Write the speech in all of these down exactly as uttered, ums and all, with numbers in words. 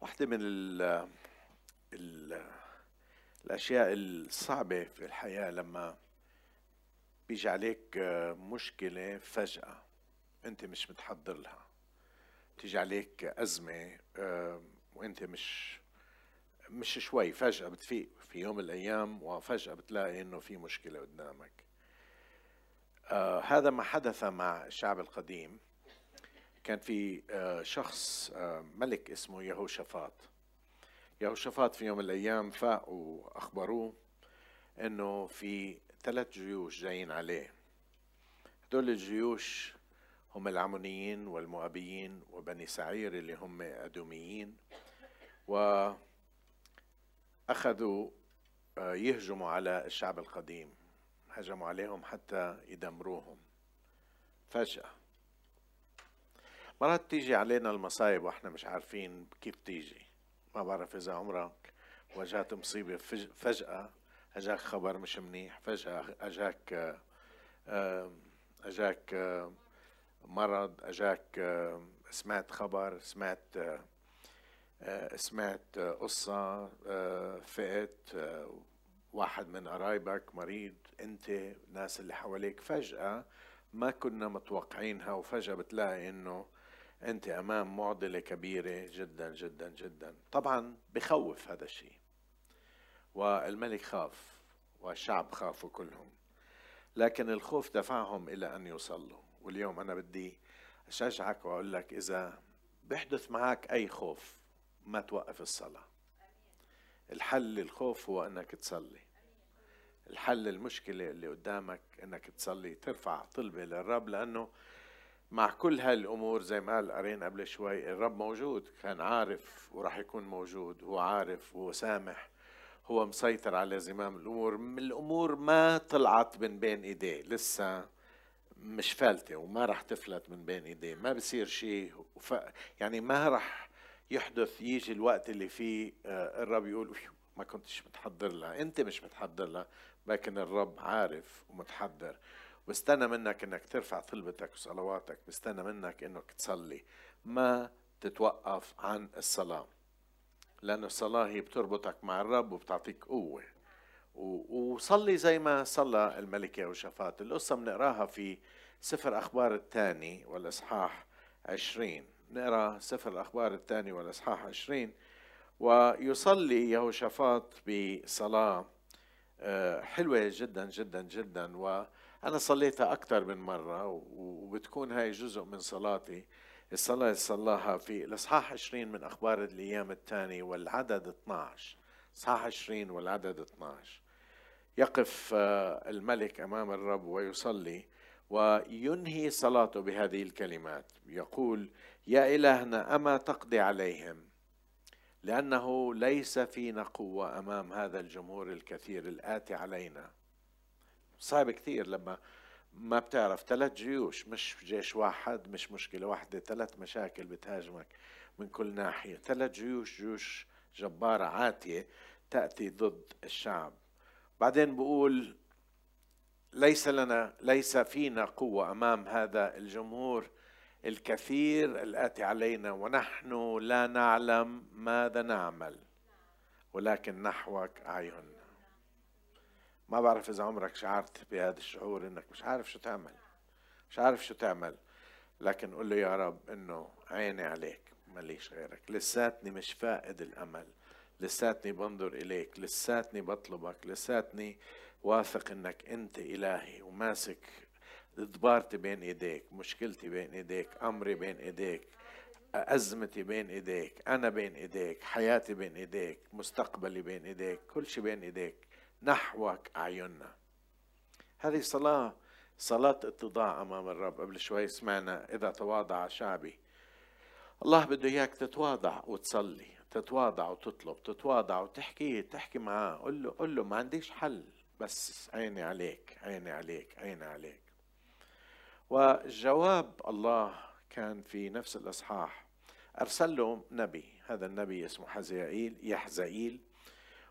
واحدة من ال ال الأشياء الصعبة في الحياة لما بيجي عليك مشكلة فجأة أنت مش متحضر لها. تيجي عليك أزمة وأنت مش مش شوي، فجأة بتفيق في يوم من الأيام وفجأة بتلاقي إنه في مشكلة قدامك. آه هذا ما حدث مع الشعب القديم. كان في آه شخص آه ملك اسمه يهوشافاط. يهوشافاط في يوم من الأيام فاق وأخبروه إنه في ثلاث جيوش جايين عليه. هدول الجيوش هم العمونيين والمؤابيين وبني سعير اللي هم أدوميين، وأخذوا يهجموا على الشعب القديم. هجموا عليهم حتى يدمروهم. فجأة مرات تيجي علينا المصايب واحنا مش عارفين كيف تيجي. ما بعرف إذا عمرك واجهت مصيبة فجأة، أجاك خبر مش منيح، فجأة أجاك أجاك مرض، أجاك سمعت خبر، سمعت سمعت قصة، فقت واحد من قرايبك مريض، أنت الناس اللي حواليك فجأة ما كنا متوقعينها، وفجأة بتلاقي إنه أنت أمام معضلة كبيرة جدا جدا جدا. طبعا بخوف هذا الشيء، والملك خاف والشعب خافوا كلهم، لكن الخوف دفعهم إلى أن يصلوا. واليوم أنا بدي أشجعك وأقول لك إذا بيحدث معك أي خوف ما توقف الصلاة. الحل للخوف هو أنك تصلي. الحل المشكلة اللي قدامك أنك تصلي، ترفع طلبة للرب، لأنه مع كل هالأمور زي ما قال قرين قبل شوي الرب موجود، كان عارف وراح يكون موجود. هو عارف، هو سامح، هو مسيطر على زمام الأمور. من الأمور ما طلعت من بين إيديه، لسه مش فالتة وما راح تفلت من بين إيديه. ما بصير شيء وف... يعني ما راح يحدث يجي الوقت اللي فيه الرب يقول ما كنتش متحضر لها. أنت مش متحضر لها، لكن الرب عارف ومتحضر، بستنى منك انك ترفع طلبتك وصلواتك، بستنى منك انك تصلي، ما تتوقف عن الصلاة، لأن الصلاة هي بتربطك مع الرب وبتعطيك قوة. وصلي زي ما صلى الملك يهوشافاط. القصة بنقراها في سفر أخبار الثاني والإصحاح عشرين. نقرأ سفر الأخبار الثاني والإصحاح عشرين. ويصلي يهوشافاط بصلاة حلوة جدا جدا جدا، وأنا صليتها أكثر من مرة، وبتكون هاي جزء من صلاتي. الصلاة اللي صلاها في الإصحاح عشرين من أخبار الأيام الثاني والعدد اثناشر. إصحاح عشرين والعدد اثناشر. يقف الملك أمام الرب ويصلي، وينهي صلاته بهذه الكلمات. يقول: يا إلهنا أما تقضي عليهم، لأنه ليس فينا قوة أمام هذا الجمهور الكثير الآتي علينا. صعب كثير لما ما بتعرف ثلاث جيوش، مش جيش واحد، مش مشكلة واحدة، ثلاث مشاكل بتهاجمك من كل ناحية. ثلاث جيوش، جيوش جبارة عاتية تأتي ضد الشعب. بعدين بقول: ليس لنا ليس فينا قوة أمام هذا الجمهور الكثير الآتي علينا، ونحن لا نعلم ماذا نعمل، ولكن نحوك أعيننا. ما بعرف إذا عمرك شعرت بهذا الشعور إنك مش عارف شو تعمل، مش عارف شو تعمل، لكن قل له: يا رب إنه عيني عليك، ماليش غيرك، لساتني مش فائد الأمل، لساتني بنظر إليك، لساتني بطلبك، لساتني واثق إنك أنت إلهي وماسك ضبارتي بين إيديك، مشكلتي بين إيديك، أمري بين إيديك، أزمتي بين إيديك، أنا بين إيديك، حياتي بين إيديك، مستقبلي بين إيديك، كل شيء بين إيديك، نحوك أعيننا. هذه صلاة صلاة اتضاع أمام الرب. قبل شوي سمعنا: إذا تواضع شعبي. الله بده إياك تتواضع وتصلي، تتواضع وتطلب، تتواضع وتحكي تحكي معاه. قل له قل له ما عنديش حل، بس عيني عليك، عيني عليك، عيني عليك. وجواب الله كان في نفس الإصحاح. أرسل له نبي، هذا النبي اسمه حزائيل يحزائيل.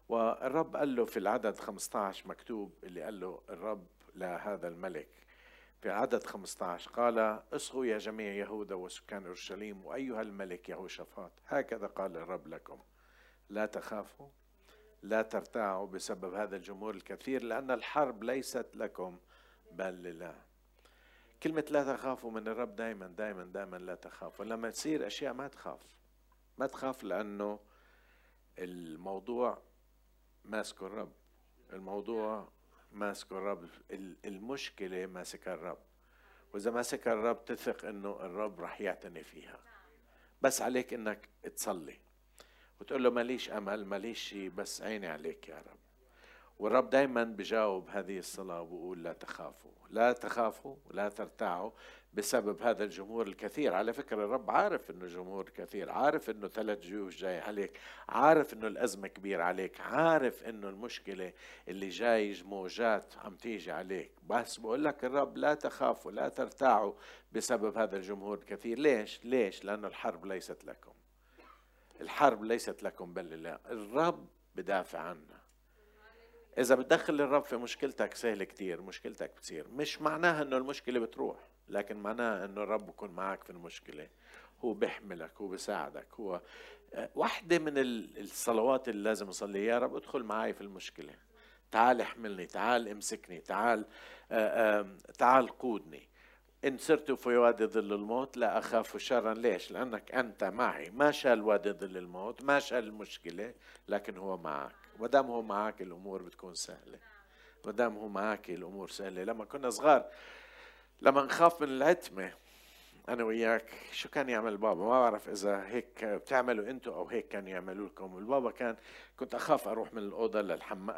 والرب قال له في العدد خمسة عشر مكتوب اللي قال له الرب لهذا الملك: في عدد خمسة عشر قال: اصغوا يا جميع يهوذا وسكان اورشليم وايها الملك يهوشافاط، هكذا قال الرب لكم: لا تخافوا لا ترتاعوا بسبب هذا الجمهور الكثير، لأن الحرب ليست لكم بل لله. كلمة لا تخافوا من الرب دائما دائما دائما لا تخافوا. لما تصير أشياء ما تخاف، ما تخاف، لأنه الموضوع ماسك الرب، الموضوع ماسك الرب، المشكلة ماسك الرب، وإذا ماسك الرب تثق إنه الرب رح يعتني فيها. بس عليك إنك تصلي وتقول له: ماليش أمل، ماليش شيء، بس عيني عليك يا رب. والرب دايما بجاوب هذه الصلاة وبقول: لا تخافوا لا تخافوا لا ترتاعوا بسبب هذا الجمهور الكثير. على فكرة الرب عارف انه جمهور كثير، عارف انه ثلاث جيوش جاي عليك، عارف انه الأزمة كبيرة عليك، عارف انه المشكلة اللي جاي موجات عم تيجي عليك، بس بقول لك الرب: لا تخافوا لا ترتاعوا بسبب هذا الجمهور الكثير. ليش؟ ليش؟ لأنه الحرب ليست لكم، الحرب ليست لكم بل لله. الرب بدافع عنا. إذا بتدخل الرب في مشكلتك سهل كتير مشكلتك بتصير. مش معناها إنه المشكلة بتروح، لكن معناها إنه الرب بيكون معك في المشكلة، هو بيحملك، هو بيساعدك. هو واحدة من الصلوات اللي لازم أصلي: يا رب ادخل معي في المشكلة، تعال احملني، تعال امسكني، تعال آآ آآ تعال قودني. إن سرت في وادي ظل الموت لا أخاف شرا. ليش؟ لأنك أنت معي. ما شال وادي ظل الموت، ما شال المشكلة، لكن هو معك. ودام هو معك الأمور بتكون سهلة، ودام هو معك الأمور سهلة. لما كنا صغار لما نخاف من العتمة أنا وياك، شو كان يعمل بابا؟ ما بعرف إذا هيك بتعملوا أنتوا أو هيك كان يعملوا لكم. البابا كان كنت أخاف أروح من الأوضة للحم...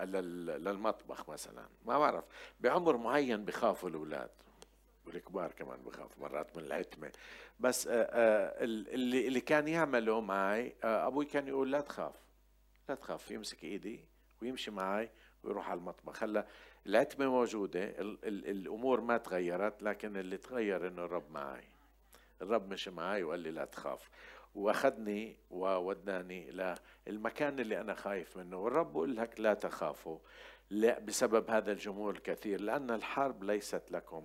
للمطبخ مثلا، ما بعرف، بعمر معين بخافوا الأولاد والكبار كمان بخاف مرات من العتمة. بس آآ آآ اللي اللي كان يعمله معي أبوي كان يقول: لا تخاف لا تخاف، يمسك إيدي ويمشي معي ويروح على المطبخ. هلا العتمة موجودة، ال ال الأمور ما تغيرت، لكن اللي تغير إنه الرب معي. الرب مشي معي وقال لي: لا تخاف، وأخذني ووداني للمكان اللي أنا خايف منه. والرب بقول لك: لا تخافوا لا بسبب هذا الجمهور الكثير، لأن الحرب ليست لكم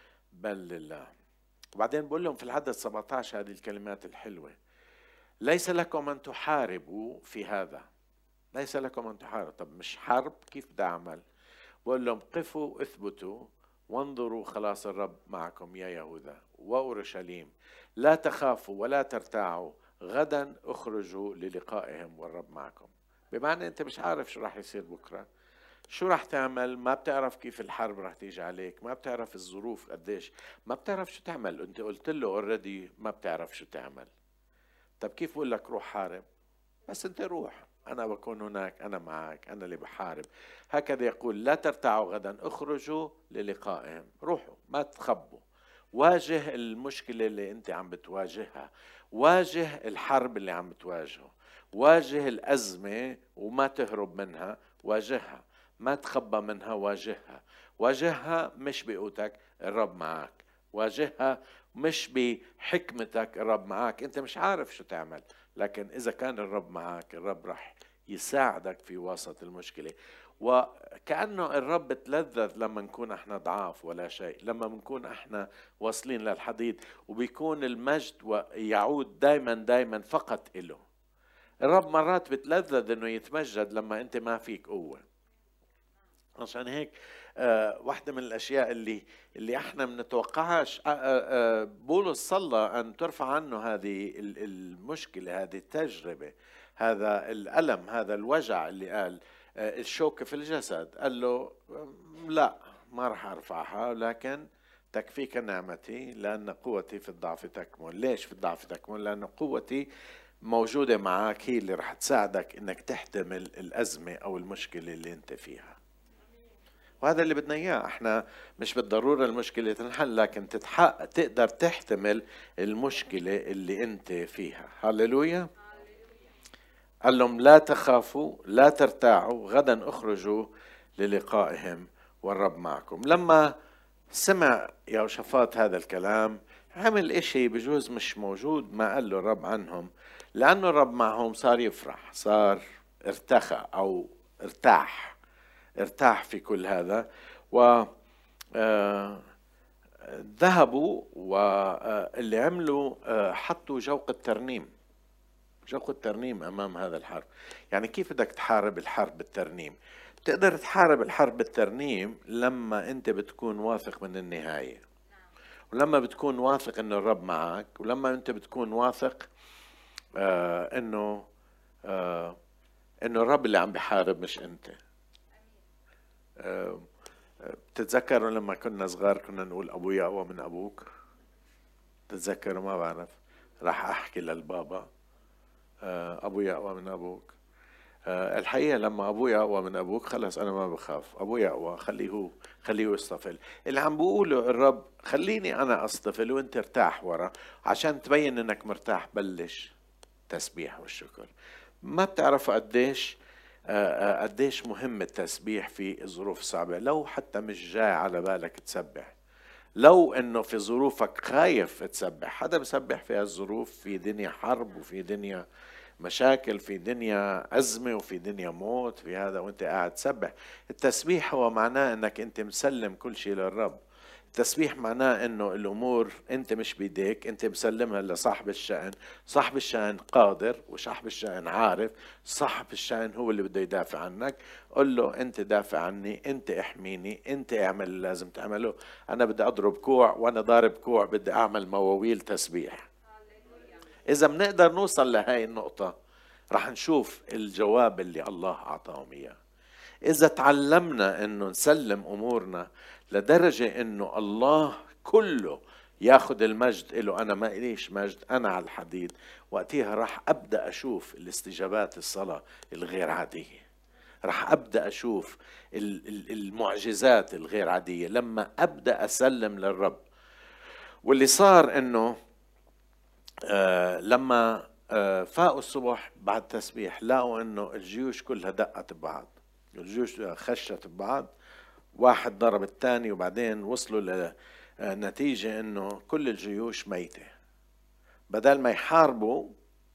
بل لله. وبعدين بقول لهم في العدد سبعة عشر هذه الكلمات الحلوة: ليس لكم أن تحاربوا في هذا، ليس لكم أن تحاربوا. طب مش حرب، كيف بدي أعمل؟ بقول لهم: قفوا اثبتوا وانظروا خلاص الرب معكم يا يهوذا وأورشليم، لا تخافوا ولا ترتاعوا، غدا اخرجوا للقائهم والرب معكم. بمعنى أنت مش عارف شو راح يصير بكرة، شو راح تعمل، ما بتعرف كيف الحرب راح تيجي عليك، ما بتعرف الظروف قديش، ما بتعرف شو تعمل. انت قلت له اوريدي ما بتعرف شو تعمل. طب كيف بقول لك روح حارب؟ بس انت روح، انا بكون هناك، انا معك، انا اللي بحارب. هكذا يقول: لا ترتعوا غدا اخرجوا للقائهم. روحوا، ما تخبوا، واجه المشكلة اللي انت عم بتواجهها، واجه الحرب اللي عم بتواجهه، واجه الأزمة وما تهرب منها، واجهها، ما تخبى منها، واجهها. واجهها مش بقوتك، الرب معك. واجهها مش بحكمتك، الرب معك. انت مش عارف شو تعمل، لكن اذا كان الرب معك الرب رح يساعدك في وسط المشكلة. وكأنه الرب تلذذ لما نكون احنا ضعاف ولا شيء، لما نكون احنا واصلين للحضيض، وبيكون المجد يعود دايما دايما فقط إله. الرب مرات بتلذذ انه يتمجد لما انت ما فيك قوة. عشان هيك آه واحدة من الأشياء اللي اللي احنا بنتوقعهاش، آه آه بولس صلى أن ترفع عنه هذه المشكلة، هذه التجربة، هذا الألم، هذا الوجع. اللي قال آه الشوكة في الجسد، قال له: لا، ما رح أرفعها، لكن تكفيك نعمتي لأن قوتي في الضعف تكمن. ليش في الضعف تكمن؟ لأن قوتي موجودة معك، هي اللي رح تساعدك إنك تحتمل الأزمة أو المشكلة اللي أنت فيها. وهذا اللي بدنا إياه. احنا مش بالضرورة المشكلة تنحل، لكن تتحقق تقدر تحتمل المشكلة اللي انت فيها. هللويا. قال لهم: لا تخافوا لا ترتاعوا، غدا اخرجوا للقائهم والرب معكم. لما سمع يهوشافاط هذا الكلام عمل اشي بجوز مش موجود ما قال له الرب عنهم، لأنه الرب معهم صار يفرح، صار ارتخى أو ارتاح ارتاح في كل هذا. و ذهبوا واللي عملوا حطوا جوق الترنيم، جوق الترنيم أمام هذا الحرب. يعني كيف بدك تحارب الحرب بالترنيم؟ بتقدر تحارب الحرب بالترنيم لما أنت بتكون واثق من النهاية، ولما بتكون واثق إنه الرب معك، ولما أنت بتكون واثق آه إنه آه إنه الرب اللي عم بيحارب مش أنت. آه بتتذكروا لما كنا صغار كنا نقول أبويا أقوى من أبوك؟ تتذكروا؟ ما بعرف، راح أحكي للبابا آه أبويا أقوى من أبوك. آه الحقيقة لما أبويا أقوى من أبوك خلص أنا ما بخاف، أبويا أقوى، خليه هو خليه يصطفل. اللي عم بقوله الرب خليني أنا أصطفل وأنت ارتاح ورا، عشان تبين إنك مرتاح بلش تسبيح والشكر. ما بتعرفوا قديش آه قديش مهم التسبيح في الظروف الصعبة. لو حتى مش جاي على بالك تسبح، لو انه في ظروفك خايف تسبح، حدا بسبح في هالظروف؟ في دنيا حرب وفي دنيا مشاكل، في دنيا أزمة وفي دنيا موت، في هذا وانت قاعد تسبح. التسبيح هو معناه انك انت مسلم كل شيء للرب. التسبيح معناه انه الامور انت مش بيديك، انت مسلمها لصاحب الشأن. صاحب الشأن قادر وصاحب الشأن عارف، صاحب الشأن هو اللي بده يدافع عنك. قل له انت دافع عني، انت احميني، انت اعمل اللي لازم تعمله. انا بدي اضرب كوع وانا ضارب كوع بدي اعمل مواويل تسبيح. إذا بنقدر نوصل لهاي النقطة رح نشوف الجواب اللي الله أعطاهم إياه. إذا تعلمنا إنه نسلم أمورنا لدرجة إنه الله كله ياخد المجد إله، أنا ما إليش مجد، أنا على الحديد، وقتها رح أبدأ أشوف الاستجابات الصلاة الغير عادية، رح أبدأ أشوف المعجزات الغير عادية لما أبدأ أسلم للرب. واللي صار إنه آه لما آه فاقوا الصبح بعد تسبيح لقوا انه الجيوش كلها دقت ببعض، الجيوش خشت ببعض، واحد ضرب الثاني، وبعدين وصلوا لنتيجة انه كل الجيوش ميتة. بدل ما يحاربوا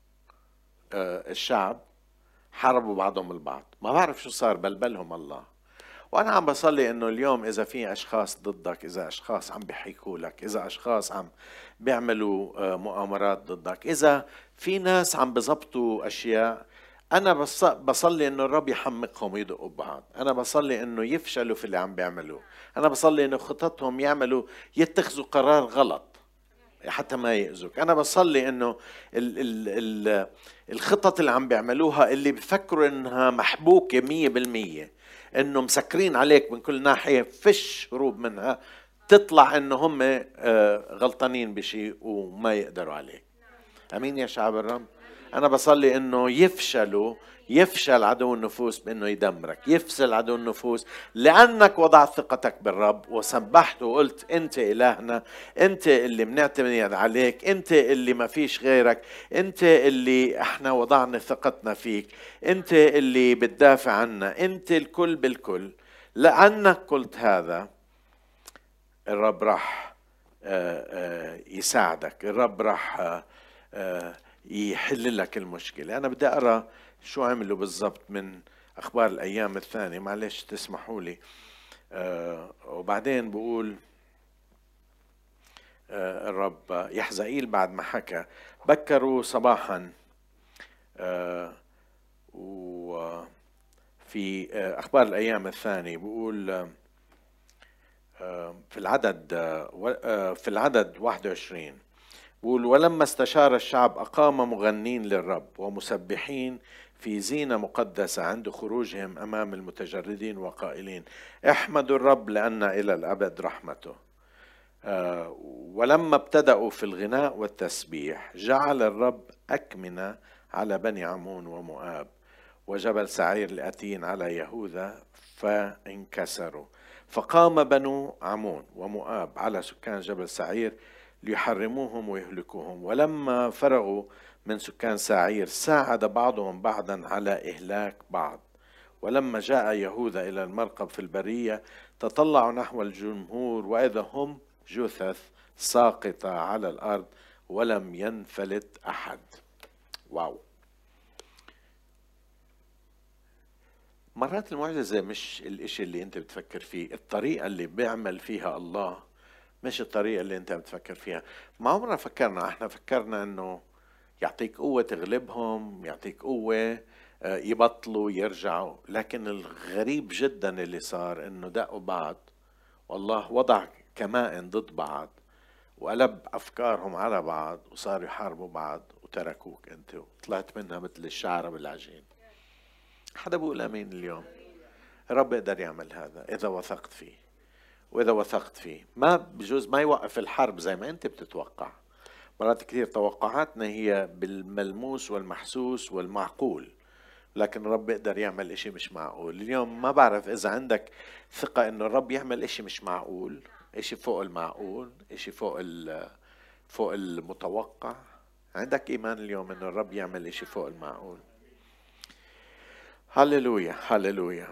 آه الشعب حاربوا بعضهم البعض. ما بعرف شو صار، بلبلهم الله. وانا عم بصلي انه اليوم اذا في اشخاص ضدك، اذا اشخاص عم بيحيكوا لك، اذا اشخاص عم بيعملوا مؤامرات ضدك، اذا في ناس عم بزبطوا اشياء، انا بصلي انه الرب يحمقهم ويدقوا ببعض. انا بصلي انه يفشلوا في اللي عم بيعملوه. انا بصلي انه خططهم يعملوا يتخذوا قرار غلط حتى ما يأذوك. أنا بصلي إنه ال ال ال الخطط اللي عم بيعملوها اللي بفكروا إنها محبوكة مية بالمية، إنه مسكرين عليك من كل ناحية، فش هروب منها، تطلع إنه هم غلطانين بشيء وما يقدروا عليك. أمين يا شعب الرب. أنا بصلي إنه يفشلوا، يفشل عدو النفوس بأنه يدمرك، يفشل عدو النفوس لأنك وضعت ثقتك بالرب وسبحت وقلت أنت إلهنا، أنت اللي بنعتمد عليك، أنت اللي ما فيش غيرك، أنت اللي احنا وضعنا ثقتنا فيك، أنت اللي بتدافع عنا، أنت الكل بالكل. لأنك قلت هذا الرب راح يساعدك، الرب راح يحل لك المشكلة. أنا بدي أقرأ شو عملوا بالضبط من أخبار الأيام الثانية، معلش تسمحوا لي. آه وبعدين بقول آه الرب يحزقيل بعد ما حكى بكروا صباحا آه وفي آه أخبار الأيام الثانية بقول آه في العدد آه في العدد واحد وعشرين بقول ولما استشار الشعب أقام مغنين للرب ومسبحين في زينة مقدسة عند خروجهم أمام المتجردين وقائلين احمدوا الرب لأن إلى الأبد رحمته. آه ولما ابتدأوا في الغناء والتسبيح جعل الرب أكمنة على بني عمون ومؤاب وجبل سعير لأتين على يهوذا فانكسروا، فقام بنو عمون ومؤاب على سكان جبل سعير ليحرموهم ويهلكوهم. ولما فرغوا من سكان سعير ساعد بعضهم بعضا على إهلاك بعض. ولما جاء يهوذا إلى المرقب في البرية تطلعوا نحو الجمهور وإذا هم جثث ساقطة على الأرض ولم ينفلت أحد. واو. مرات المعجزة مش الاشي اللي انت بتفكر فيه، الطريقة اللي بيعمل فيها الله مش الطريقة اللي انت بتفكر فيها. ما عمرنا فكرنا، احنا فكرنا انه يعطيك قوة تغلبهم، يعطيك قوة يبطلوا يرجعوا. لكن الغريب جدا اللي صار انه دقوا بعض، والله وضع كمائن ضد بعض وقلب افكارهم على بعض وصاروا يحاربوا بعض وتركوك انت وطلعت منها مثل الشعرة بالعجين. حدا بقول امين اليوم؟ رب يقدر يعمل هذا اذا وثقت فيه. واذا وثقت فيه ما بجوز ما يوقف الحرب زي ما انت بتتوقع. مرات كثير توقعاتنا هي بالملموس والمحسوس والمعقول، لكن الرب يقدر يعمل اشي مش معقول. اليوم ما بعرف اذا عندك ثقة انه الرب يعمل اشي مش معقول، اشي فوق المعقول، اشي فوق فوق المتوقع. عندك ايمان اليوم انه الرب يعمل اشي فوق المعقول؟ هللويا هللويا.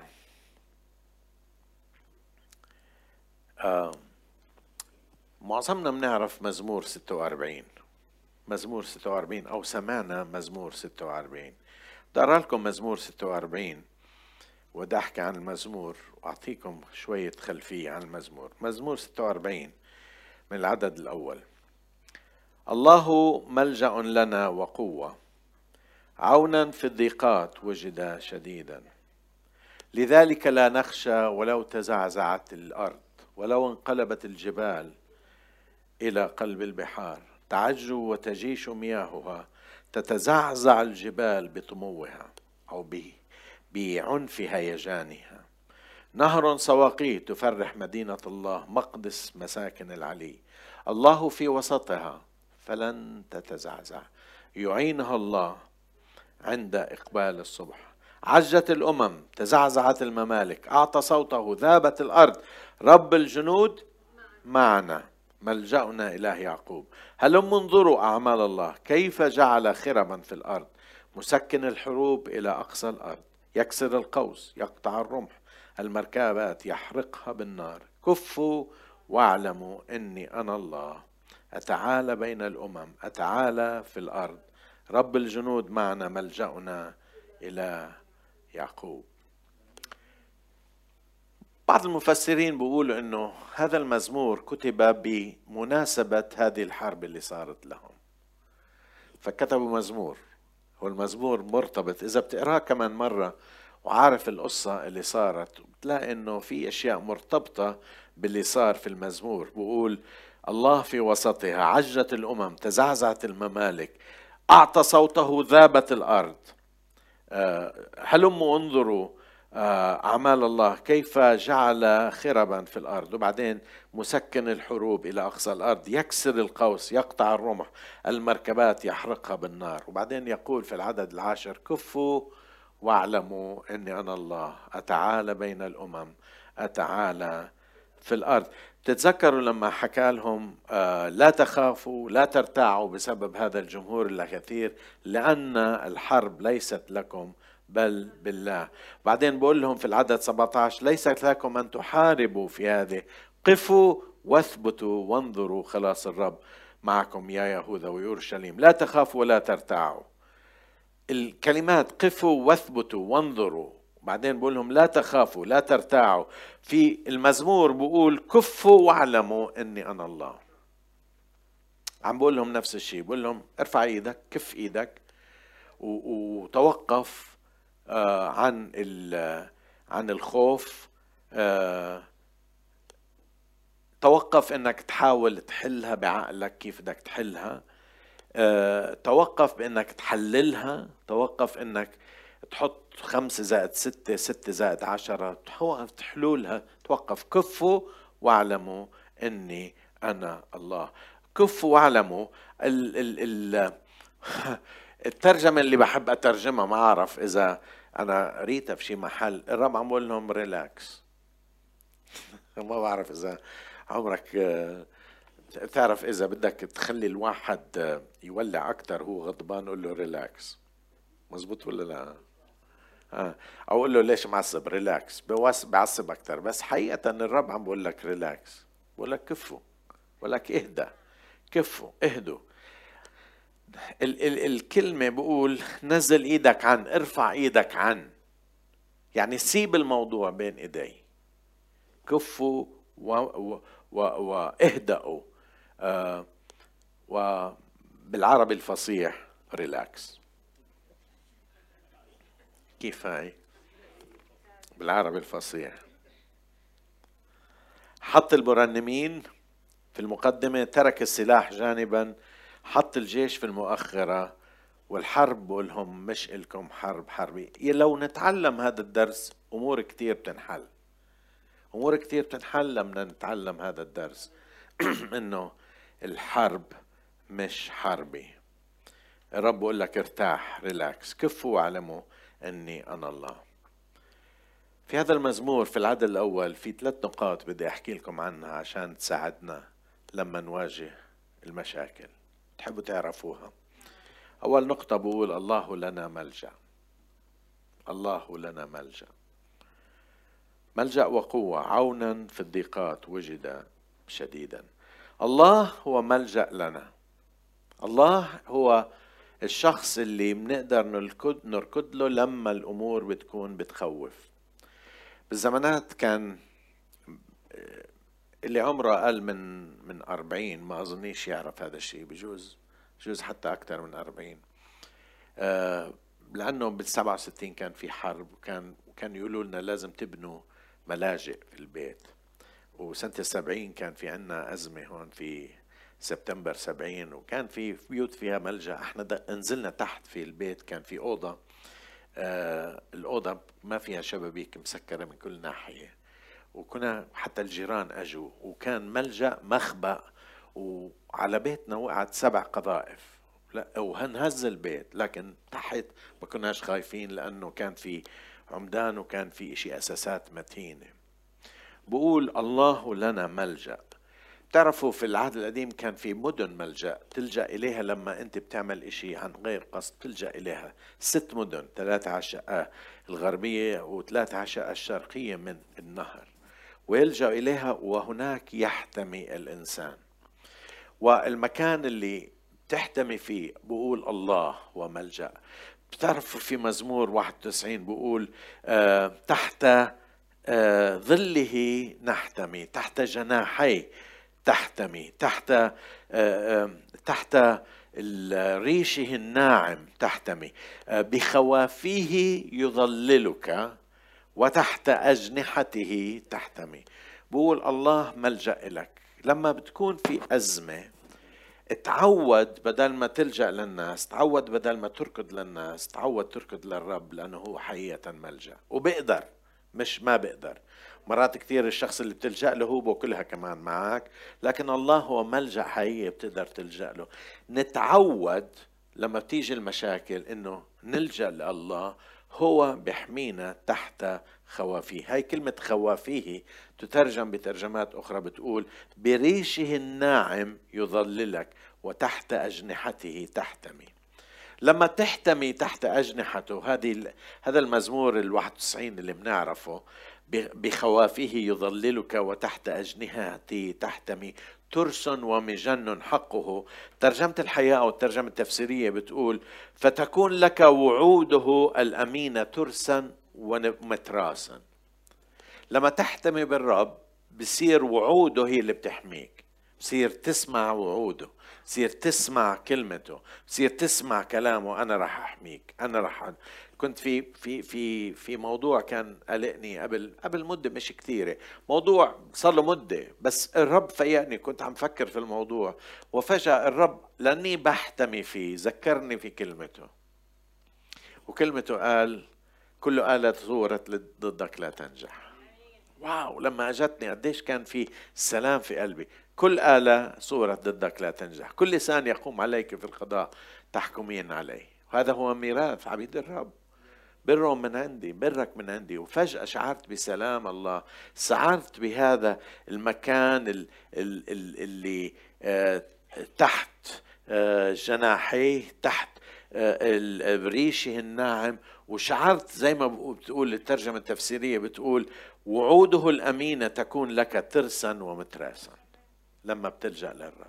آه. معظمنا بنعرف مزمور ستة وأربعين، مزمور ستة وأربعين أو سمعنا مزمور ستة وأربعين. بدي أقرأ لكم مزمور ستة وأربعين وبدي أحكي عن المزمور وأعطيكم شوية خلفية عن المزمور. مزمور ستة وأربعين من العدد الأول: الله ملجأ لنا وقوة، عونا في الضيقات وجد شديدا. لذلك لا نخشى ولو تزعزعت الأرض، ولو انقلبت الجبال إلى قلب البحار. تعجو وتجيش مياهها، تتزعزع الجبال بطموها أو بعنف هيجانها. نهر سواقي تفرح مدينة الله، مقدس مساكن العلي. الله في وسطها فلن تتزعزع، يعينها الله عند إقبال الصبح. عجت الأمم، تزعزعت الممالك، أعطى صوته، ذابت الأرض. رب الجنود معنا، ملجأنا إله يعقوب. هلم انظروا أعمال الله، كيف جعل خربا في الأرض، مسكن الحروب إلى أقصى الأرض. يكسر القوس، يقطع الرمح، المركبات يحرقها بالنار. كفوا واعلموا إني أنا الله، أتعالى بين الأمم، أتعالى في الأرض. رب الجنود معنا، ملجأنا إلى يعقوب. بعض المفسرين بيقولوا انه هذا المزمور كتب بمناسبة هذه الحرب اللي صارت لهم، فكتبوا مزمور. هو المزمور مرتبط، اذا بتقراه كمان مرة وعارف القصة اللي صارت بتلاقي انه في اشياء مرتبطة باللي صار في المزمور. بقول الله في وسطها، عجت الامم، تزعزعت الممالك، اعطى صوته، ذابت الارض. هلموا انظروا أعمال الله، كيف جعل خربا في الأرض. وبعدين مسكن الحروب إلى أقصى الأرض، يكسر القوس، يقطع الرمح، المركبات يحرقها بالنار. وبعدين يقول في العدد العاشر: كفوا واعلموا أني أنا الله، أتعالى بين الأمم، أتعالى في الأرض. تتذكروا لما حكى لهم آه لا تخافوا لا ترتاعوا بسبب هذا الجمهور الكثير، لأن الحرب ليست لكم بل بالله. بعدين بقول لهم في العدد سبعة عشر: ليست لكم أن تحاربوا في هذه، قفوا واثبتوا وانظروا خلاص الرب معكم يا يهوذا ويورشليم، لا تخافوا ولا ترتاعوا. الكلمات قفوا واثبتوا وانظروا، بعدين بقول لهم لا تخافوا لا ترتاعوا. في المزمور بقول كفوا واعلموا اني انا الله. عم بقول لهم نفس الشيء، بقول لهم ارفع ايدك، كف ايدك وتوقف آه عن عن الخوف. آه توقف انك تحاول تحلها بعقلك كيف بدك تحلها. آه توقف بانك تحللها. توقف انك تحط خمسة زائد ستة، ستة زائد عشرة، توقف تحلولها. توقف. كفوا واعلموا اني انا الله. كفوا واعلموا. ال ال ال الترجمة اللي بحب اترجمها، ما اعرف اذا انا قريتها في شي محل، الرب عم بقول لهم ريلاكس. ما بعرف اذا عمرك تعرف اذا بدك تخلي الواحد يولع اكتر هو غضبان قول له ريلاكس. مزبوط ولا لا؟ آه. او اقول له ليش معصب؟ ريلاكس. بعصب اكتر. بس حقيقة الرب عم بقول لك ريلاكس، بقول لك كفوا، بقول لك اهدى، كفوا اهدوا. ال ال الكلمة بقول نزل ايدك عن، ارفع ايدك عن، يعني سيب الموضوع بين ايدي. كفوا واهدأوا، آه وبالعربي الفصيح ريلاكس. كيف هاي بالعربي الفصيح؟ حط المرنمين في المقدمة، ترك السلاح جانبا، حط الجيش في المؤخرة، والحرب بقول لهم مش إلكم حرب حربي. لو نتعلم هذا الدرس أمور كتير بتنحل، أمور كتير بتنحل لما نتعلم هذا الدرس إنه الحرب مش حربي. الرب بقول لك ارتاح، ريلاكس، كفوا واعلموا أني أنا الله. في هذا المزمور في العدد الأول في ثلاث نقاط بدي أحكي لكم عنها عشان تساعدنا لما نواجه المشاكل، تحبوا تعرفوها. أول نقطة بقول الله لنا ملجأ، الله لنا ملجأ، ملجأ وقوة، عونا في الضيقات وجد شديدا. الله هو ملجأ لنا، الله هو الشخص اللي بنقدر نركض نركض له لما الأمور بتكون بتخوف. بالزمانات كان اللي عمره أقل من من أربعين ما أظنيش يعرف هذا الشيء، بجوز بجوز حتى أكثر من أربعين، آه لأنه بالسبعة وستين كان في حرب، وكان وكان يقولوا لنا لازم تبنوا ملاجئ في البيت. وسنة السبعين كان في عنا أزمة هون في سبتمبر سبعين، وكان في بيوت فيها ملجأ. احنا نزلنا تحت في البيت، كان في أوضة، آه الأوضة ما فيها شبابيك، مسكرة من كل ناحية، وكنا حتى الجيران أجوا، وكان ملجأ مخبأ، وعلى بيتنا وقعت سبع قذائف، لا وهنهز البيت، لكن تحت ما كناش خايفين لأنه كان في عمدان وكان في إشي أساسات متينة. بقول الله لنا ملجأ. بتعرفوا في العهد القديم كان في مدن ملجأ تلجأ إليها لما أنت بتعمل إشي عن غير قصد، تلجأ إليها. ست مدن، ثلاثة على الشقة الغربية وثلاثة على الشقة الشرقية من النهر، ويلجأ إليها وهناك يحتمي الإنسان. والمكان اللي تحتمي فيه بقول الله وملجأ. بتعرفوا في مزمور واحد وتسعين بقول آه تحت آه ظله نحتمي، تحت جناحي تحتمي، تحت آه آه تحت ريشه الناعم تحتمي، آه بخوافيه يظللك وتحت أجنحته تحتمي. بقول الله ملجأ لك لما بتكون في أزمة. اتعود بدل ما تلجأ للناس، تعود بدل ما تركض للناس، تعود تركض للرب، لأنه هو حقيقة ملجأ وبقدر، مش ما بقدر. مرات كثير الشخص اللي بتلجأ له هو بوكلها كمان معك، لكن الله هو ملجأ حقيقي بتقدر تلجأ له. نتعود لما بتيجي المشاكل إنه نلجأ لله، هو بيحمينا تحت خوافيه. هاي كلمة خوافيه تترجم بترجمات أخرى بتقول بريشه الناعم يظللك وتحت أجنحته تحتمي. لما تحتمي تحت أجنحته، هذه هذا المزمور الواحد وتسعين اللي بنعرفه، بخوافيه يظللك وتحت أجنحته تحتمي، ترس ومجن حقه. ترجمة الحياة أو الترجمة التفسيرية بتقول فتكون لك وعوده الأمينة ترسا ومتراسا. لما تحتمي بالرب بصير وعوده هي اللي بتحميك، بصير تسمع وعوده، بصير تسمع كلمته، بصير تسمع كلامه. أنا رح أحميك، أنا رح. كنت في في في في موضوع كان قلقني قبل قبل مدة مش كثيرة، موضوع صار له مدة، بس الرب فيقني. كنت عم فكر في الموضوع وفجأة الرب لأني بحتمي فيه ذكرني في كلمته، وكلمته قال كل آلة صورت ضدك لا تنجح. واو، لما أجتني قديش كان في سلام في قلبي. كل آلة صورت ضدك لا تنجح، كل لسان يقوم عليك في القضاء تحكمين عليه. وهذا هو ميراث عبيد الرب، برهم من عندي، برك من عندي. وفجأة شعرت بسلام الله، شعرت بهذا المكان اللي تحت جناحيه، تحت بريشه الناعم. وشعرت زي ما بتقول الترجمة التفسيرية بتقول وعوده الأمينة تكون لك ترسا ومتراسا لما بتلجأ للرب.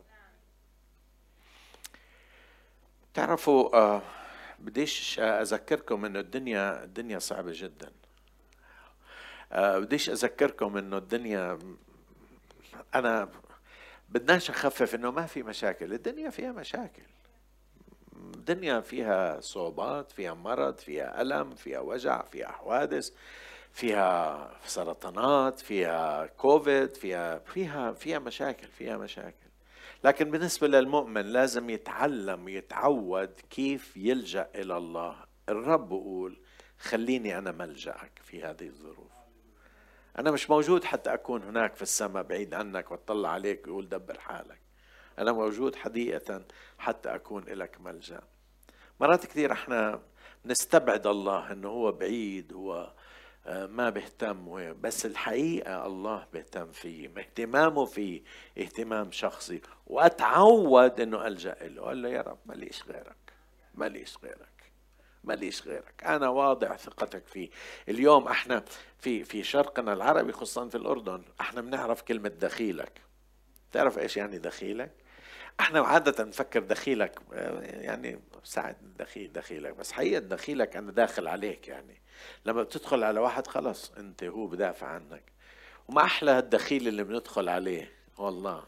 تعرفوا آه بديش أذكركم إنه الدنيا الدنيا صعبة جدا. أه بديش أذكركم إنه الدنيا أنا بدناش نخفف إنه ما في مشاكل، الدنيا فيها مشاكل، الدنيا فيها صعوبات، فيها مرض، فيها ألم، فيها وجع، فيها حوادث، فيها سرطانات، فيها كوفيد، فيها فيها فيها مشاكل، فيها مشاكل. لكن بالنسبة للمؤمن لازم يتعلم يتعود كيف يلجأ إلى الله. الرب بيقول خليني أنا ملجأك في هذه الظروف. أنا مش موجود حتى أكون هناك في السماء بعيد عنك وأطلع عليك ويقول دبر حالك. أنا موجود حقيقة حتى أكون لك ملجأ. مرات كثير احنا نستبعد الله انه هو بعيد، هو ما بيهتم، بس الحقيقة الله بيهتم فيه، اهتمامه فيه اهتمام شخصي، واتعود انه ألجأ له. قال له يا رب ماليش غيرك، ماليش غيرك، ماليش غيرك، انا واضع ثقتك فيه. اليوم احنا في في شرقنا العربي خصوصا في الاردن احنا بنعرف كلمة دخيلك. تعرف ايش يعني دخيلك؟ احنا عادة نفكر دخيلك يعني ساعد دخيل دخيلك، بس حقيقة دخيلك انا داخل عليك. يعني لما بتدخل على واحد خلص انت هو بدافع عنك. وما احلى الدخيل اللي بندخل عليه والله.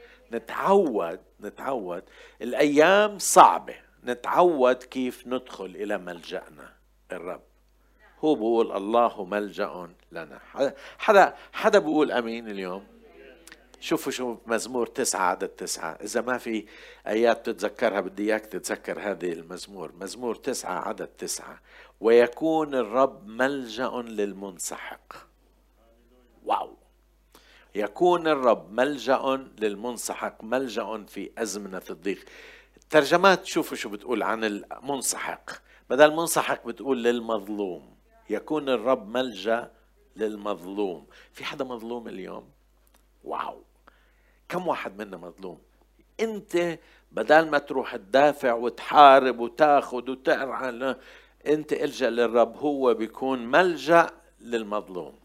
نتعود نتعود الايام صعبة، نتعود كيف ندخل الى ملجأنا الرب. هو بيقول الله ملجأ لنا. حدا حدا بيقول امين اليوم؟ شوفوا شو مزمور تسعة عدد تسعة، إذا ما في آيات تتذكرها بدي إياك تتذكر هذه المزمور. مزمور تسعة عدد تسعة، ويكون الرب ملجأ للمنسحق. واو، يكون الرب ملجأ للمنسحق، ملجأ في أزمنة الضيق. الترجمات شوفوا شو بتقول عن المنسحق، بدل منسحق بتقول للمظلوم. يكون الرب ملجأ للمظلوم. في حدا مظلوم اليوم؟ واو، كم واحد منا مظلوم؟ انت بدل ما تروح تدافع وتحارب وتاخد وترعى، انت الجأ للرب، هو بيكون ملجأ للمظلوم.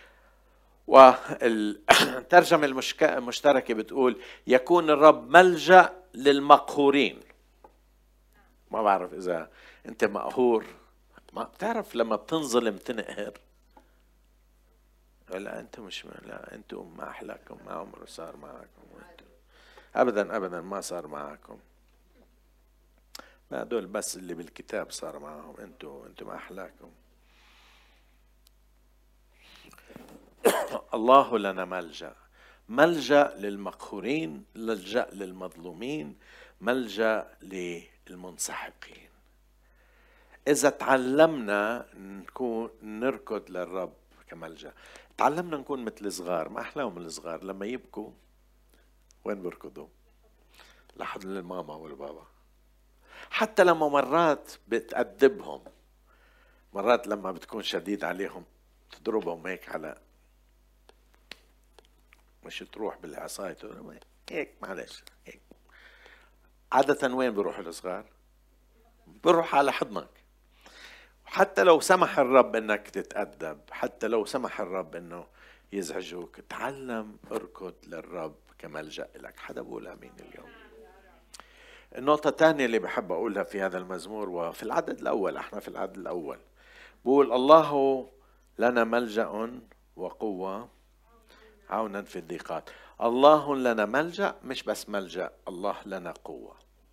والترجمة المشتركة بتقول يكون الرب ملجأ للمقهورين. ما بعرف إذا أنت مقهور، ما بتعرف لما بتنظلم تنقهر. لا أنت مش، لا أنتم ما أحلاكم، ما عمره صار معكم، أبدا أبدا ما صار معكم. ما دول بس اللي بالكتاب صار معهم، أنتم أنتم ما أحلاكم. الله لنا ملجأ، ملجأ للمقهورين، ملجأ للمظلومين، ملجأ للمنسحقين. إذا تعلمنا نكون نركض للرب كملجأ، تعلمنا نكون مثل صغار. ما أحلاهم الصغار لما يبكوا وين بركضوا؟ لحد الماما والبابا. حتى لما مرات بتأدبهم، مرات لما بتكون شديد عليهم تضربهم هيك على، مش تروح بالعصاية هيك معلش هيك. عادة وين بروح الصغار؟ بروح على حضنك. حتى لو سمح الرب انك تتأدب، حتى لو سمح الرب انه يزعجوك، تعلم اركض للرب كملجأ لك. حدا بقول امين اليوم؟ النقطة الثانية اللي بحب اقولها في هذا المزمور وفي العدد الاول، احنا في العدد الاول بقول الله لنا ملجأ وقوة عونا في الضيقات. الله لنا ملجأ، مش بس ملجأ، الله لنا قوة.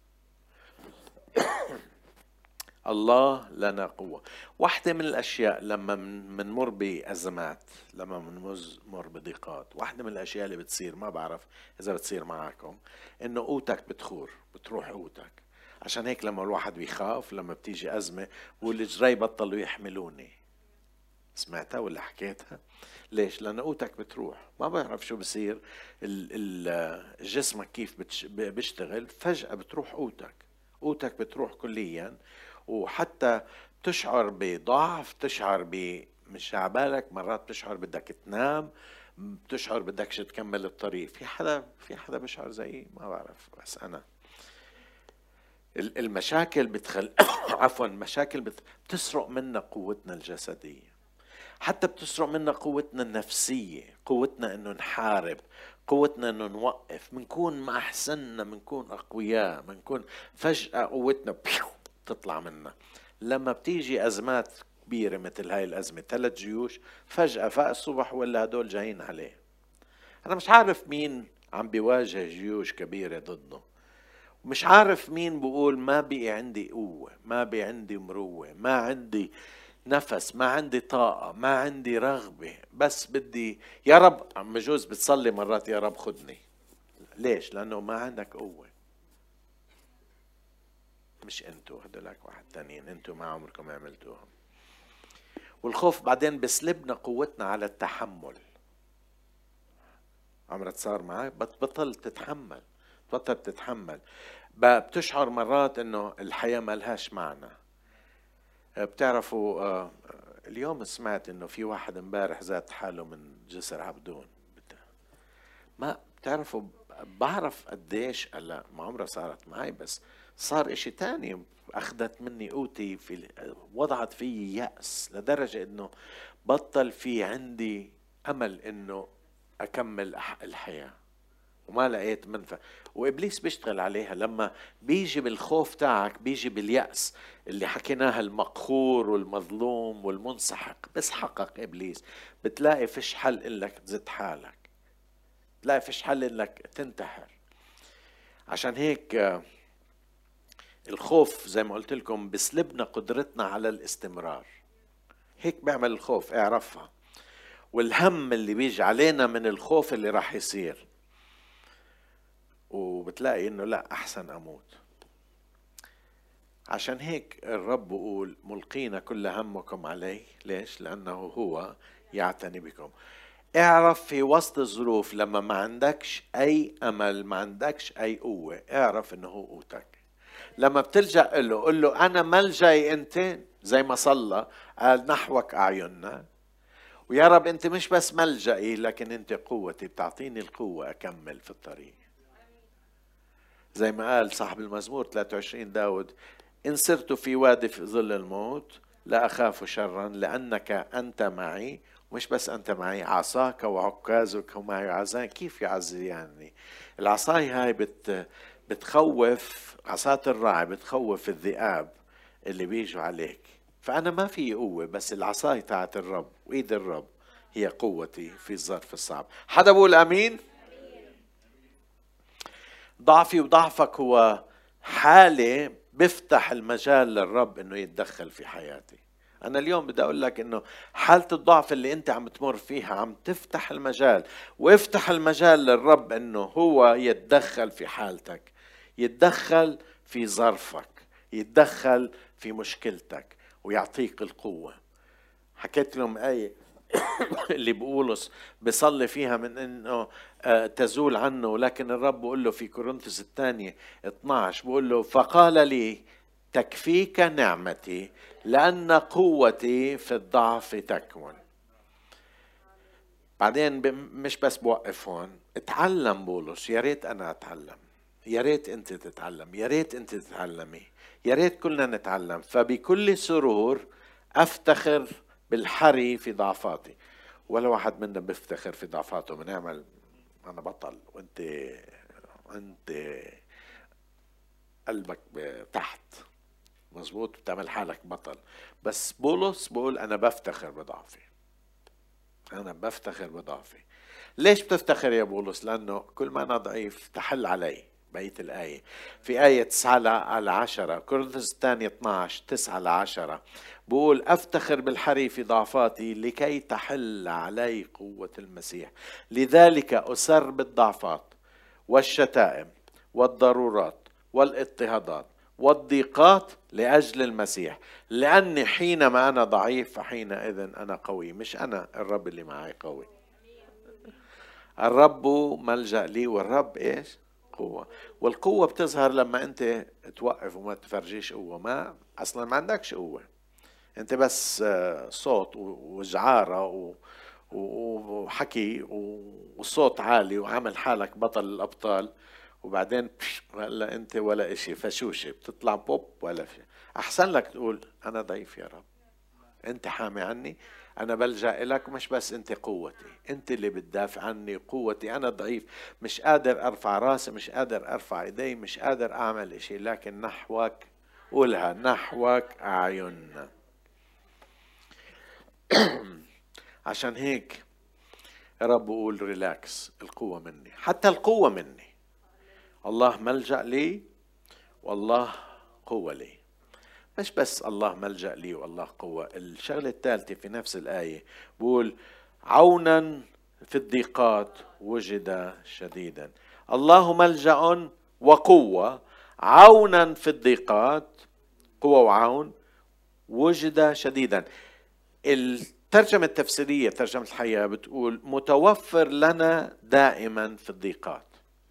الله لنا قوة. واحدة من الأشياء لما منمر بأزمات، لما منمر بضيقات، واحدة من الأشياء اللي بتصير، ما بعرف إذا بتصير معاكم، إنه قوتك بتخور، بتروح قوتك. عشان هيك لما الواحد بيخاف، لما بتيجي أزمة بقول الجراي بطلوا يحملوني. سمعتها ولا حكيتها؟ ليش؟ لأن قوتك بتروح. ما بعرف شو بصير، جسمك كيف بيشتغل، فجأة بتروح قوتك، قوتك بتروح كليا. وحتى بتشعر بضعف، تشعر ب مش عبالك، مرات بتشعر بدك تنام، بتشعر بدكش تكمل الطريق. في حدا في حدا بشعر زيي؟ ما بعرف، بس أنا المشاكل بتخل عفوا المشاكل بتسرق منا قوتنا الجسدية، حتى بتسرق منا قوتنا النفسية، قوتنا انه نحارب، قوتنا انه نوقف، منكون ما احسننا، منكون اقوياء، منكون فجأة قوتنا بيو تطلع منا. لما بتيجي ازمات كبيرة مثل هاي الازمة، ثلاث جيوش فجأة فاق الصبح ولا هدول جايين عليه. أنا مش عارف مين عم بيواجه جيوش كبيرة ضده، مش عارف مين بقول ما بقي عندي قوة، ما بقي عندي مروة، ما عندي نفس، ما عندي طاقة، ما عندي رغبة، بس بدي يا رب. بجوز بتصلي مرات يا رب خدني. ليش؟ لأنه ما عندك قوة. مش انتوا، هدولك واحد تانيين، انتوا ما عمركم عملتوهم. والخوف بعدين بسلبنا قوتنا على التحمل. عمرك صار معك بطل تتحمل، بطل تتحمل، بتشعر مرات انه الحياة ما لهاش معنى. بتعرفوا اليوم سمعت انه في واحد امبارح زاد حاله من جسر عبدون. ما بتعرفوا بعرف قديش هلا، ما عمرها صارت معي، بس صار اشي تاني اخذت مني قوتي، في وضعت في يأس لدرجة انه بطل في عندي امل انه اكمل الحياة، وما لقيت منفع. وإبليس بيشتغل عليها لما بيجي بالخوف تاعك، بيجي باليأس اللي حكيناها، المقهور والمظلوم والمنسحق، بسحقك إبليس. بتلاقي فيش حل إنك تزد حالك، بتلاقي فيش حل إنك تنتحر. عشان هيك الخوف زي ما قلت لكم بسلبنا قدرتنا على الاستمرار. هيك بيعمل الخوف، اعرفها. والهم اللي بيجي علينا من الخوف اللي راح يصير، وبتلاقي انه لا احسن اموت. عشان هيك الرب بيقول ملقين كل همكم عليه. ليش؟ لانه هو يعتني بكم. اعرف في وسط الظروف لما ما عندكش اي امل، ما عندكش اي قوة، اعرف انه هو قوتك. لما بتلجأ له قل له انا ملجأي انت، زي ما صلى قال نحوك اعيننا، ويا رب انت مش بس ملجأي لكن انت قوتي، بتعطيني القوة اكمل في الطريق. زي ما قال صاحب المزمور ثلاثة وعشرين داود، إن سرت في وادي في ظل الموت لا أخاف شرا لأنك أنت معي. مش بس أنت معي، عصاك وعكازك هما يعزان. كيف يعزي يعني؟ العصاي هاي بت بتخوف، عصاة الراعي بتخوف الذئاب اللي بيجوا عليك. فأنا ما في قوة، بس العصاي تاعت الرب وإيد الرب هي قوتي في الظرف الصعب. حدا بقول أمين؟ ضعفي وضعفك هو حالة بفتح المجال للرب انه يتدخل في حياتي. انا اليوم بدي اقول لك انه حالة الضعف اللي انت عم تمر فيها عم تفتح المجال، وافتح المجال للرب انه هو يتدخل في حالتك، يتدخل في ظرفك، يتدخل في مشكلتك ويعطيك القوة. حكيت لهم آية اللي بقولص بيصلي فيها من انه تزول عنه، لكن الرب بقول له في كورنثوس الثانية اثناشر بقول له فقال لي تكفيك نعمتي لأن قوتي في الضعف تكمن. بعدين مش بس بوقف هون، اتعلم بولس. يا ريت انا اتعلم، يا ريت انت تتعلم، يا ريت انت تتعلمي، يا ريت كلنا نتعلم. فبكل سرور افتخر بالحري في ضعفاتي. ولا واحد منا بيفتخر في ضعفاته، بنعمل انا بطل وانت انت قلبك تحت، مظبوط، بتعمل حالك بطل. بس بولس بقول انا بفتخر بضعفي، انا بفتخر بضعفي. ليش بتفتخر يا بولس؟ لانه كل ما انا ضعيف تحل علي. بقية الآية في آية تسعة على عشرة، كورنثوس الثانية اثناشر تسعة على عشرة بقول أفتخر بالحري في ضعفاتي لكي تحل علي قوة المسيح. لذلك أسر بالضعفات والشتائم والضرورات والاضطهادات والضيقات لأجل المسيح، لأني حينما أنا ضعيف فحينئذ أنا قوي. مش أنا، الرب اللي معي قوي. الرب ملجأ لي، والرب إيش؟ قوة. والقوة بتظهر لما أنت توقف وما تفرجيش قوة. ما أصلا ما عندكش قوة، أنت بس صوت وجعارة وحكي وصوت عالي وعمل حالك بطل الأبطال، وبعدين هلا أنت ولا إشي، فشوشة بتطلع بوب ولا شيء. أحسن لك تقول أنا ضعيف يا رب، أنت حامي عني، أنا بلجأ إلك. مش بس أنت قوتي، أنت اللي بتدافع عني، قوتي. أنا ضعيف، مش قادر أرفع راسي، مش قادر أرفع إيدي، مش قادر أعمل إشي، لكن نحوك، قولها، نحوك أعيننا. عشان هيك يا رب قول ريلاكس، القوة مني، حتى القوة مني. الله ملجأ لي والله قوة لي. مش بس الله ملجأ لي والله قوة، الشغلة الثالثة في نفس الآية بقول عونا في الضيقات وجد شديدا. الله ملجأ وقوة، عونا في الضيقات، قوة وعون، وجد شديدا. الترجمة التفسيرية ترجمة الحياة بتقول متوفر لنا دائما في الضيقات.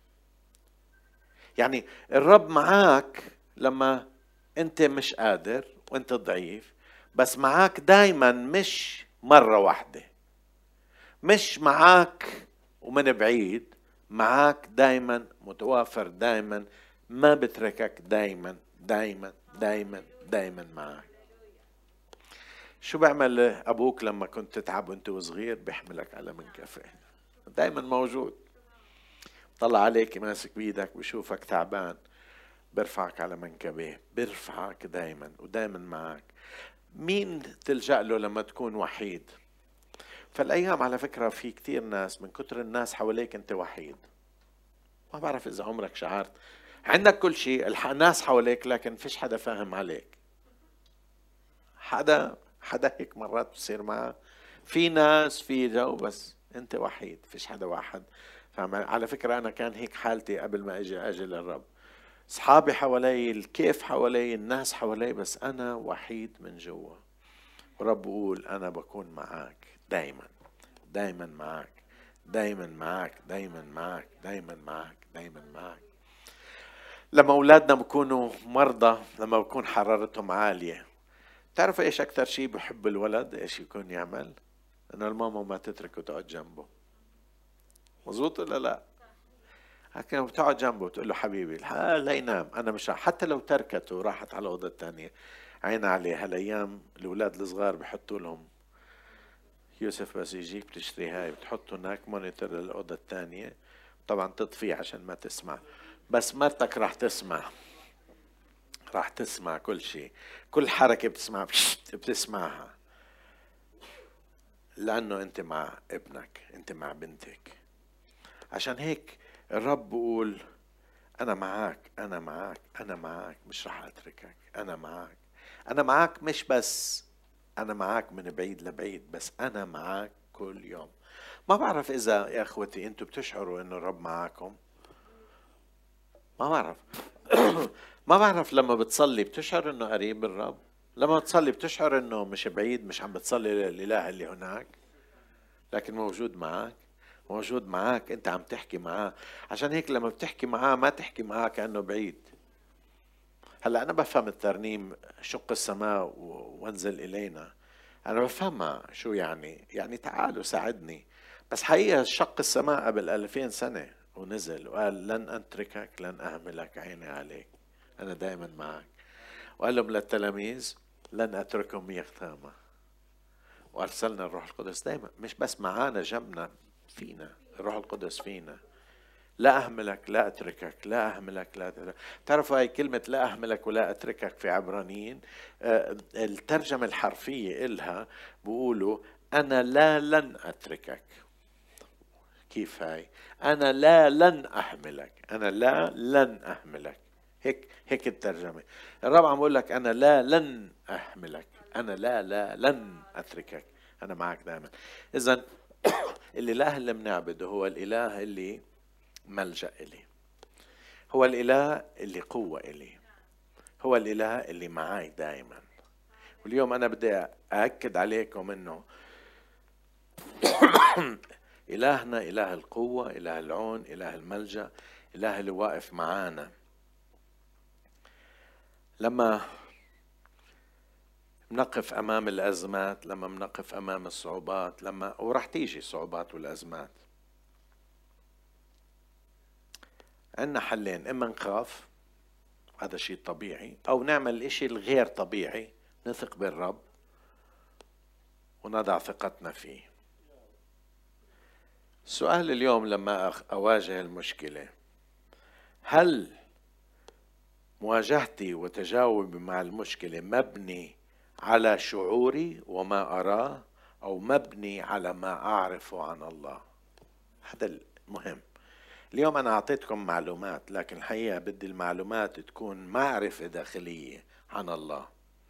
يعني الرب معاك لما انت مش قادر وانت ضعيف، بس معاك دايما، مش مرة واحدة، مش معاك ومن بعيد، معاك دايما، متوافر دايما، ما بتركك، دايما دايما دايما دايما معاك. شو بعمل ابوك لما كنت تتعب وانت وصغير؟ بيحملك على منكفه، دايما موجود، طلع عليك ماسك بيدك، بشوفك تعبان بيرفعك على منكبه، بيرفعك دايما ودايما معك. مين تلجأ له لما تكون وحيد؟ فالأيام على فكرة في كتير ناس، من كتر الناس حواليك أنت وحيد. ما بعرف إذا عمرك شعرت عندك كل شيء، الناس حواليك، لكن فيش حدا فاهم عليك. حدا حدا هيك مرات بصير معه، في ناس في جو، بس أنت وحيد، فيش حدا واحد فاهم. على فكرة أنا كان هيك حالتي قبل ما أجي أجي للرب. أصحابي حوالي، الكيف حوالي، الناس حوالي، بس أنا وحيد من جوا. ورب بقول أنا بكون معاك دايما، دايما معاك، دايما معاك، دايما معاك، دايما معاك، دايما معاك. لما أولادنا بكونوا مرضى، لما بكون حرارتهم عالية، تعرف إيش أكثر شيء بحب الولد إيش يكون يعمل؟ إنه الماما ما تتركه تقعد جنبه. مظبوط ولا لا؟ لكن بتقعد جنبه وتقول له حبيبي لا ينام، أنا مش راح. حتى لو تركته وراحت على الأوضة الثانية، عين عليه. هالأيام الأولاد الصغار بحطوا لهم، يوسف بس يجيك بتشتري هاي، بتحطوا هناك مونيتور للأوضة الثانية، طبعا تطفيه عشان ما تسمع، بس مرتك راح تسمع، راح تسمع كل شيء، كل حركة بتسمع بتسمعها، لأنه أنت مع ابنك، أنت مع بنتك. عشان هيك الرب بقول أنا معاك، أنا معاك، أنا معاك، مش رح أتركك، أنا معاك. أنا معاك، مش بس أنا معاك من بعيد لبعيد، بس أنا معاك كل يوم. ما بعرف إذا يا أخوتي أنتوا بتشعروا إنه الرب معاكم. ما بعرف ما بعرف لما بتصلي بتشعر إنه قريب الرب؟ لما بتصلي بتشعر إنه مش بعيد، مش عم بتصلي للإله اللي هناك، لكن موجود معاك، موجود معاك، أنت عم تحكي معاه. عشان هيك لما بتحكي معاه ما تحكي معاه كأنه بعيد. هلا أنا بفهم الترنيم شق السماء وانزل إلينا، أنا بفهمها شو يعني، يعني تعالوا ساعدني. بس حقيقة شق السماء قبل ألفين سنة ونزل وقال لن أتركك، لن أهملك، عيني عليك، أنا دائما معك. وقال لهم للتلاميذ لن أتركهم يغتاما، وأرسلنا الروح القدس دائما، مش بس معانا جنبنا، فينا الروح القدس فينا. لا أهملك، لا أتركك، لا أهملك، لا أتركك. تعرفوا هاي كلمة لا أهملك ولا أتركك في عبرانيين آه الترجمة الحرفية إلها بقولوا أنا لا لن أتركك. كيف هاي؟ أنا لا لن أهملك، أنا لا لن أهملك، هيك هيك الترجمة. الرب عم بقول لك أنا لا لن أهملك، أنا لا لا لن أتركك، أنا معك دائما. إذن الإله اللي بنعبده هو الإله اللي ملجأ إليه، هو الإله اللي قوة إليه، هو الإله اللي معاي دائما. واليوم أنا بدي أأكد عليكم أنه إلهنا إله القوة، إله العون، إله الملجأ، إله اللي واقف معانا. لما منقف أمام الأزمات، لما منقف أمام الصعوبات، لما ورح تيجي صعوبات والأزمات، عندنا حلين: إما نخاف، هذا شيء طبيعي، أو نعمل الشيء الغير طبيعي، نثق بالرب ونضع ثقتنا فيه. السؤال اليوم لما أواجه المشكلة، هل مواجهتي وتجاوبي مع المشكلة مبني على شعوري وما أراه، أو مبني على ما أعرفه عن الله؟ هذا المهم. اليوم أنا أعطيتكم معلومات، لكن الحقيقة بدي المعلومات تكون معرفة داخلية عن الله.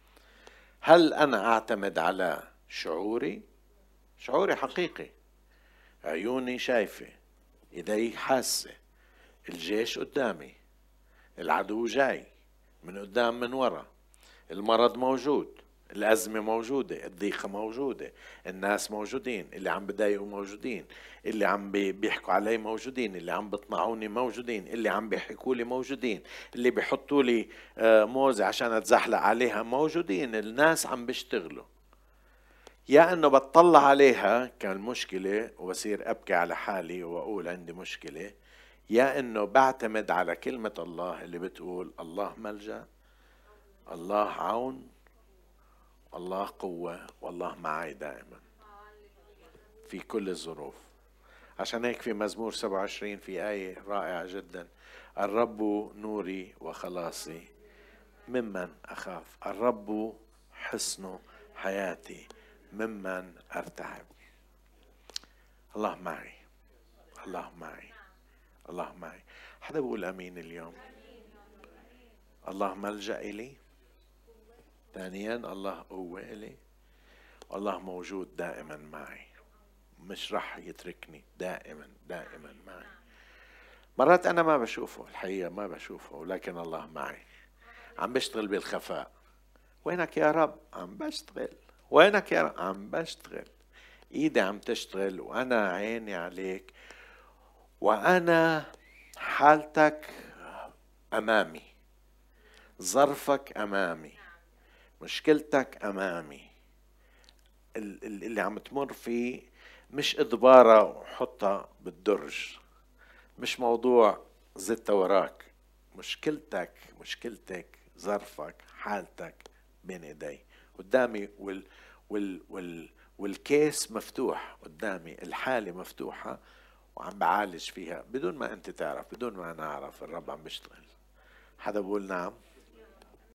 هل أنا أعتمد على شعوري؟ شعوري حقيقي، عيوني شايفة، إيدي حاسة، الجيش قدامي، العدو جاي من قدام من ورا، المرض موجود، الأزمة موجودة، الضيقة موجودة، الناس موجودين، اللي عم بضايقوا موجودين، اللي عم بيحكوا علي موجودين، اللي عم بطمعوني موجودين، اللي عم بيحكوا لي موجودين، اللي بيحطوا لي موزة عشان اتزحلق عليها موجودين. الناس عم بيشتغلوا. يا انه بتطلع عليها كالمشكلة وبصير ابكي على حالي واقول عندي مشكلة، يا انه بعتمد على كلمة الله اللي بتقول الله ملجأ، الله عون، الله قوة، والله معي دائما في كل الظروف. عشان هيك في مزمور سبعة وعشرين في آية رائعة جدا: الرب نوري وخلاصي ممن أخاف، الرب حصن حياتي ممن أرتعب. الله معي، الله معي، الله معي. حدا بقول أمين اليوم؟ الله ملجأ إلي. ثانيا الله قوة إلي. الله موجود دائما معي، مش رح يتركني، دائما دائما معي. مرات أنا ما بشوفه، الحقيقة ما بشوفه، ولكن الله معي. عم بشتغل بالخفاء. وينك يا رب؟ عم بشتغل. وينك يا رب؟ عم بشتغل. ايدي عم تشتغل وانا عيني عليك، وانا حالتك امامي، ظرفك امامي، مشكلتك امامي، اللي عم تمر فيه مش اضبارة وحطها بالدرج، مش موضوع زدت وراك، مشكلتك مشكلتك ظرفك حالتك بين ايدي قدامي، وال وال وال والكيس مفتوح قدامي، الحالة مفتوحة وعم بعالج فيها بدون ما انت تعرف، بدون ما انا اعرف. الرب عم بيشتغل. حدا بقول نعم؟